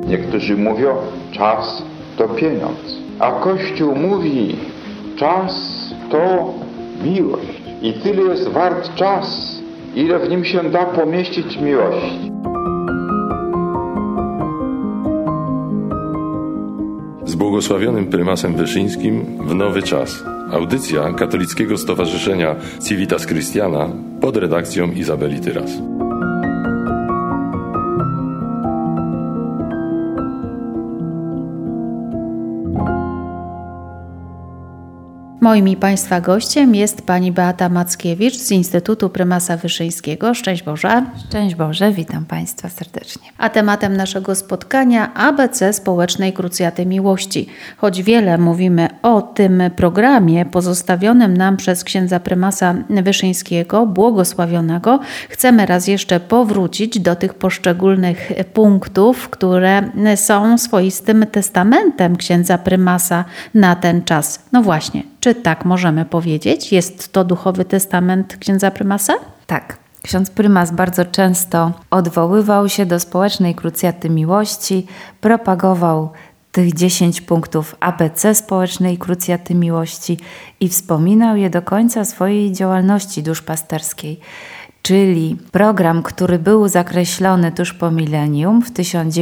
Niektórzy mówią, czas to pieniądz. A Kościół mówi, czas to miłość. I tyle jest wart czas, ile w nim się da pomieścić miłości. Z błogosławionym prymasem Wyszyńskim w nowy czas. Audycja Katolickiego Stowarzyszenia Civitas Christiana pod redakcją Izabeli Tyras. Moim i Państwa gościem jest pani Beata Mackiewicz z Instytutu Prymasa Wyszyńskiego. Szczęść Boże. Szczęść Boże, witam Państwa serdecznie. A tematem naszego spotkania ABC Społecznej Krucjaty Miłości. Choć wiele mówimy o tym programie pozostawionym nam przez księdza prymasa Wyszyńskiego, błogosławionego, chcemy raz jeszcze powrócić do tych poszczególnych punktów, które są swoistym testamentem księdza prymasa na ten czas. No właśnie, czy tak możemy powiedzieć? Jest to duchowy testament księdza prymasa? Tak. Ksiądz prymas bardzo często odwoływał się do społecznej krucjaty miłości, propagował tych 10 punktów ABC społecznej krucjaty miłości i wspominał je do końca swojej działalności duszpasterskiej. Czyli program, który był zakreślony tuż po milenium w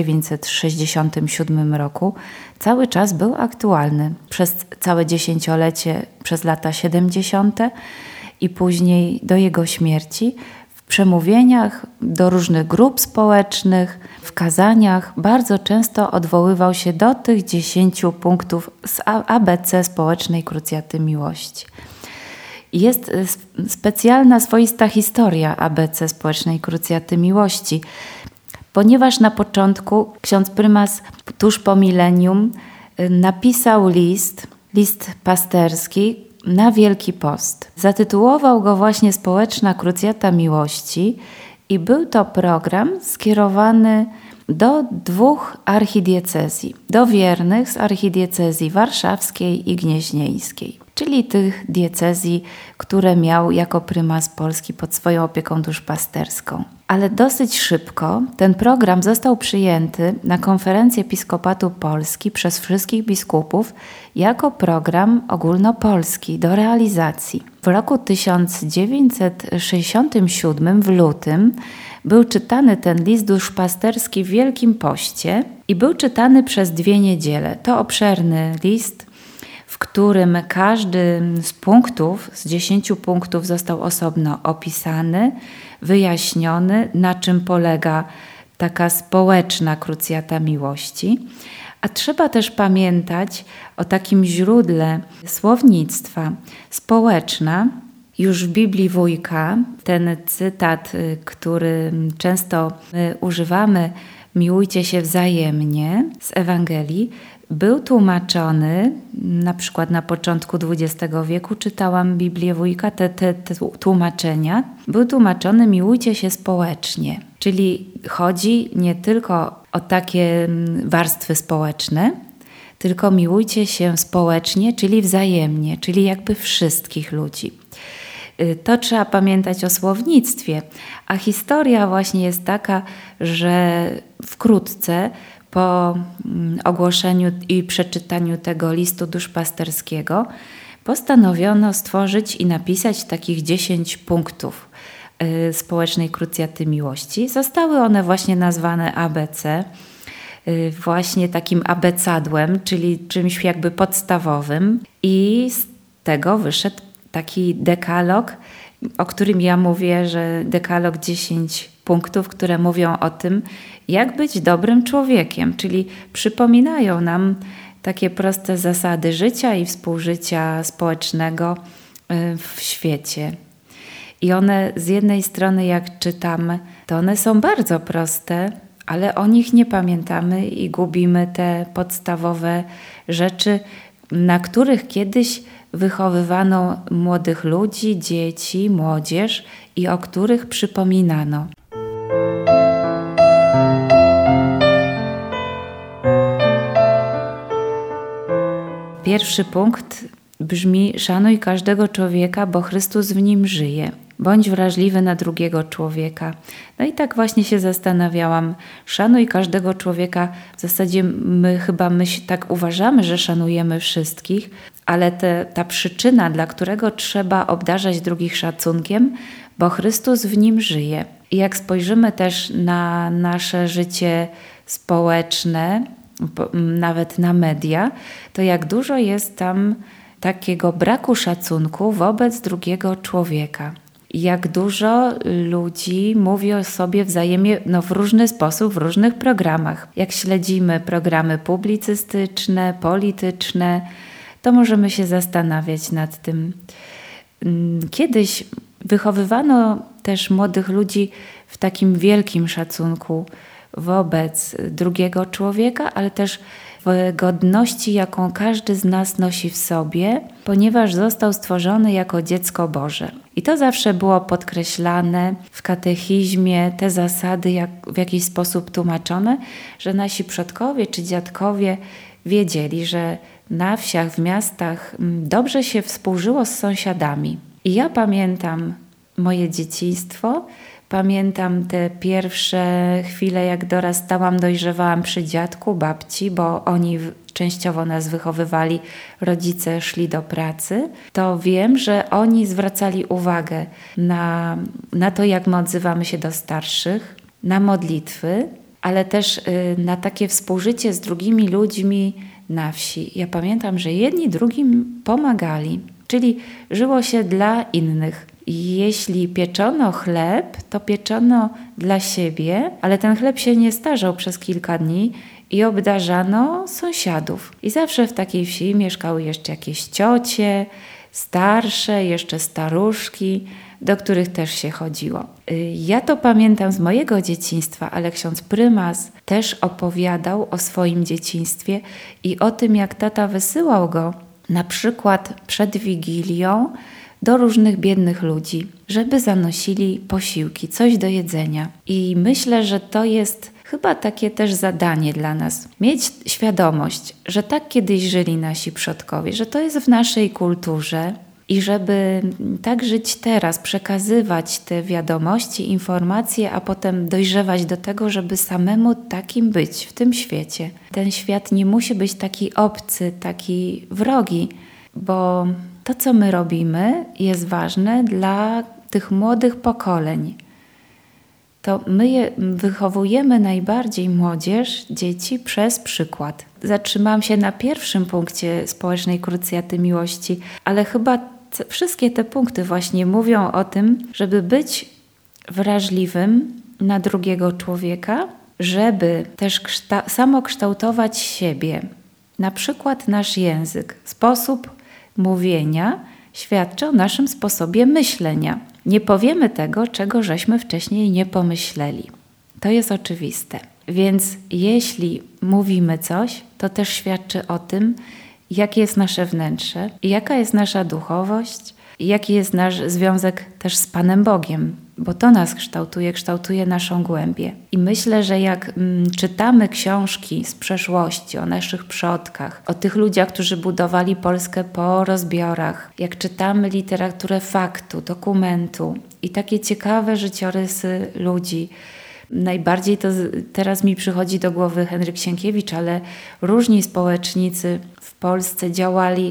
1967 roku, cały czas był aktualny przez całe dziesięciolecie, przez lata 70. i później do jego śmierci. W przemówieniach do różnych grup społecznych, w kazaniach bardzo często odwoływał się do tych 10 punktów z ABC społecznej krucjaty miłości. Jest specjalna, swoista historia ABC Społecznej Krucjaty Miłości, ponieważ na początku ksiądz prymas tuż po milenium napisał list pasterski na Wielki Post. Zatytułował go właśnie Społeczna Krucjata Miłości i był to program skierowany do 2 archidiecezji, do wiernych z archidiecezji warszawskiej i gnieźnieńskiej, czyli tych diecezji, które miał jako prymas Polski pod swoją opieką duszpasterską. Ale dosyć szybko ten program został przyjęty na konferencji Episkopatu Polski przez wszystkich biskupów jako program ogólnopolski do realizacji. W roku 1967 w lutym był czytany ten list duszpasterski w Wielkim Poście i był czytany przez 2 niedziele. To obszerny list, w którym każdy z punktów, z 10 punktów został osobno opisany, wyjaśniony, na czym polega taka społeczna krucjata miłości. A trzeba też pamiętać o takim źródle słownictwa. Społeczna, już w Biblii Wójka, ten cytat, który często używamy, miłujcie się wzajemnie z Ewangelii, był tłumaczony, na przykład na początku XX wieku czytałam Biblię Wójka, te tłumaczenia, był tłumaczony miłujcie się społecznie, czyli chodzi nie tylko o takie warstwy społeczne, tylko miłujcie się społecznie, czyli wzajemnie, czyli jakby wszystkich ludzi. To trzeba pamiętać o słownictwie, a historia właśnie jest taka, że wkrótce po ogłoszeniu i przeczytaniu tego listu duszpasterskiego postanowiono stworzyć i napisać takich 10 punktów społecznej krucjaty miłości. Zostały one właśnie nazwane ABC, właśnie takim abecadłem, czyli czymś jakby podstawowym i z tego wyszedł taki dekalog, o którym ja mówię, że dekalog 10 punktów, które mówią o tym, jak być dobrym człowiekiem, czyli przypominają nam takie proste zasady życia i współżycia społecznego w świecie. I one z jednej strony, jak czytamy, to one są bardzo proste, ale o nich nie pamiętamy i gubimy te podstawowe rzeczy, na których kiedyś wychowywano młodych ludzi, dzieci, młodzież i o których przypominano. Pierwszy punkt brzmi: szanuj każdego człowieka, bo Chrystus w nim żyje. bądź wrażliwy na drugiego człowieka. No i tak właśnie się zastanawiałam. Szanuj każdego człowieka. W zasadzie my tak uważamy, że szanujemy wszystkich, ale ta przyczyna, dla którego trzeba obdarzać drugich szacunkiem, bo Chrystus w nim żyje. I jak spojrzymy też na nasze życie społeczne, nawet na media, to jak dużo jest tam takiego braku szacunku wobec drugiego człowieka. Jak dużo ludzi mówi o sobie wzajemnie w różny sposób, w różnych programach. Jak śledzimy programy publicystyczne, polityczne, to możemy się zastanawiać nad tym. Kiedyś wychowywano też młodych ludzi w takim wielkim szacunku wobec drugiego człowieka, ale też w godności, jaką każdy z nas nosi w sobie, ponieważ został stworzony jako dziecko Boże. I to zawsze było podkreślane w katechizmie, te zasady w jakiś sposób tłumaczone, że nasi przodkowie czy dziadkowie wiedzieli, że na wsiach, w miastach dobrze się współżyło z sąsiadami. I ja pamiętam moje dzieciństwo, pamiętam te pierwsze chwile, jak dorastałam, dojrzewałam przy dziadku, babci, bo oni częściowo nas wychowywali, rodzice szli do pracy. To wiem, że oni zwracali uwagę na to, jak my odzywamy się do starszych, na modlitwy, ale też na takie współżycie z drugimi ludźmi na wsi. Ja pamiętam, że jedni drugim pomagali, czyli żyło się dla innych. I jeśli pieczono chleb, to pieczono dla siebie, ale ten chleb się nie starzał przez kilka dni i obdarzano sąsiadów. I zawsze w takiej wsi mieszkały jeszcze jakieś ciocie, starsze, jeszcze staruszki, do których też się chodziło. Ja to pamiętam z mojego dzieciństwa, ale ksiądz prymas też opowiadał o swoim dzieciństwie i o tym, jak tata wysyłał go na przykład przed Wigilią do różnych biednych ludzi, żeby zanosili posiłki, coś do jedzenia. I myślę, że to jest chyba takie też zadanie dla nas. Mieć świadomość, że tak kiedyś żyli nasi przodkowie, że to jest w naszej kulturze i żeby tak żyć teraz, przekazywać te wiadomości, informacje, a potem dojrzewać do tego, żeby samemu takim być w tym świecie. Ten świat nie musi być taki obcy, taki wrogi, bo to, co my robimy, jest ważne dla tych młodych pokoleń. To my wychowujemy najbardziej młodzież, dzieci przez przykład. Zatrzymałam się na pierwszym punkcie społecznej krucjaty miłości, ale chyba wszystkie te punkty właśnie mówią o tym, żeby być wrażliwym na drugiego człowieka, żeby też samokształtować siebie. Na przykład nasz język, sposób mówienia świadczy o naszym sposobie myślenia. Nie powiemy tego, czego żeśmy wcześniej nie pomyśleli. To jest oczywiste. Więc jeśli mówimy coś, to też świadczy o tym, jakie jest nasze wnętrze, jaka jest nasza duchowość, jaki jest nasz związek też z Panem Bogiem, bo to nas kształtuje naszą głębię. I myślę, że jak czytamy książki z przeszłości o naszych przodkach, o tych ludziach, którzy budowali Polskę po rozbiorach, jak czytamy literaturę faktu, dokumentu i takie ciekawe życiorysy ludzi, najbardziej to teraz mi przychodzi do głowy Henryk Sienkiewicz, ale różni społecznicy w Polsce działali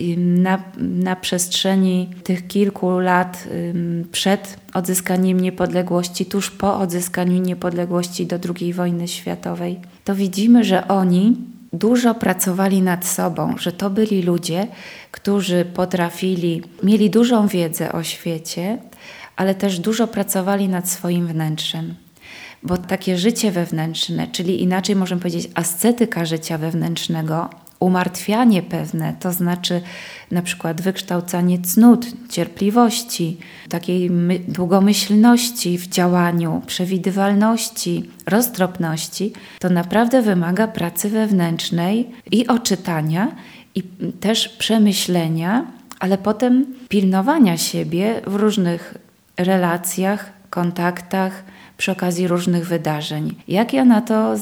na przestrzeni tych kilku lat przed odzyskaniem niepodległości, tuż po odzyskaniu niepodległości do II wojny światowej, to widzimy, że oni dużo pracowali nad sobą, że to byli ludzie, którzy mieli dużą wiedzę o świecie, ale też dużo pracowali nad swoim wnętrzem. Bo takie życie wewnętrzne, czyli inaczej możemy powiedzieć ascetyka życia wewnętrznego, umartwianie pewne, to znaczy na przykład wykształcanie cnót, cierpliwości, takiej długomyślności w działaniu, przewidywalności, roztropności, to naprawdę wymaga pracy wewnętrznej i oczytania, i też przemyślenia, ale potem pilnowania siebie w różnych relacjach, kontaktach, przy okazji różnych wydarzeń. Jak ja na to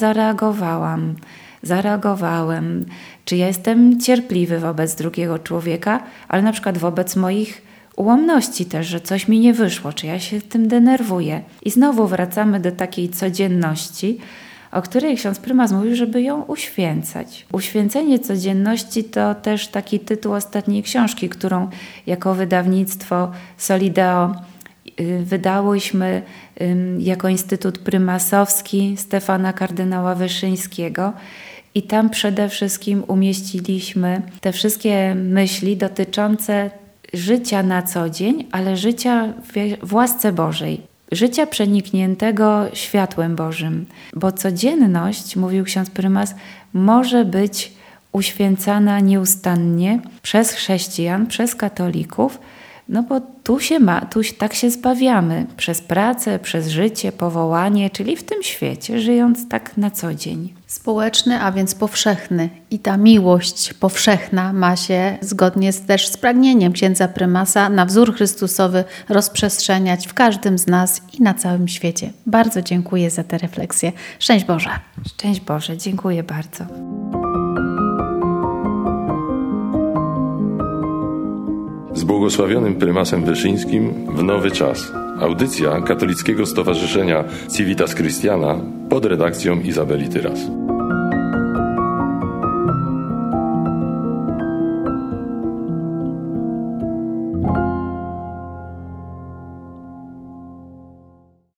zareagowałem, czy ja jestem cierpliwy wobec drugiego człowieka, ale na przykład wobec moich ułomności też, że coś mi nie wyszło, czy ja się tym denerwuję. I znowu wracamy do takiej codzienności, o której ksiądz prymas mówił, żeby ją uświęcać. Uświęcenie codzienności to też taki tytuł ostatniej książki, którą jako wydawnictwo Solideo wydałyśmy jako Instytut Prymasowski Stefana kardynała Wyszyńskiego. I tam przede wszystkim umieściliśmy te wszystkie myśli dotyczące życia na co dzień, ale życia w łasce Bożej. Życia przenikniętego światłem Bożym. Bo codzienność, mówił ksiądz prymas, może być uświęcana nieustannie przez chrześcijan, przez katolików, no bo tak się zbawiamy przez pracę, przez życie, powołanie, czyli w tym świecie, żyjąc tak na co dzień. Społeczny, a więc powszechny. I ta miłość powszechna ma się zgodnie też z pragnieniem księdza prymasa na wzór Chrystusowy rozprzestrzeniać w każdym z nas i na całym świecie. Bardzo dziękuję za tę refleksję. Szczęść Boże. Szczęść Boże, dziękuję bardzo. Z błogosławionym prymasem Wyszyńskim w nowy czas. Audycja Katolickiego Stowarzyszenia Civitas Christiana pod redakcją Izabeli Tyras.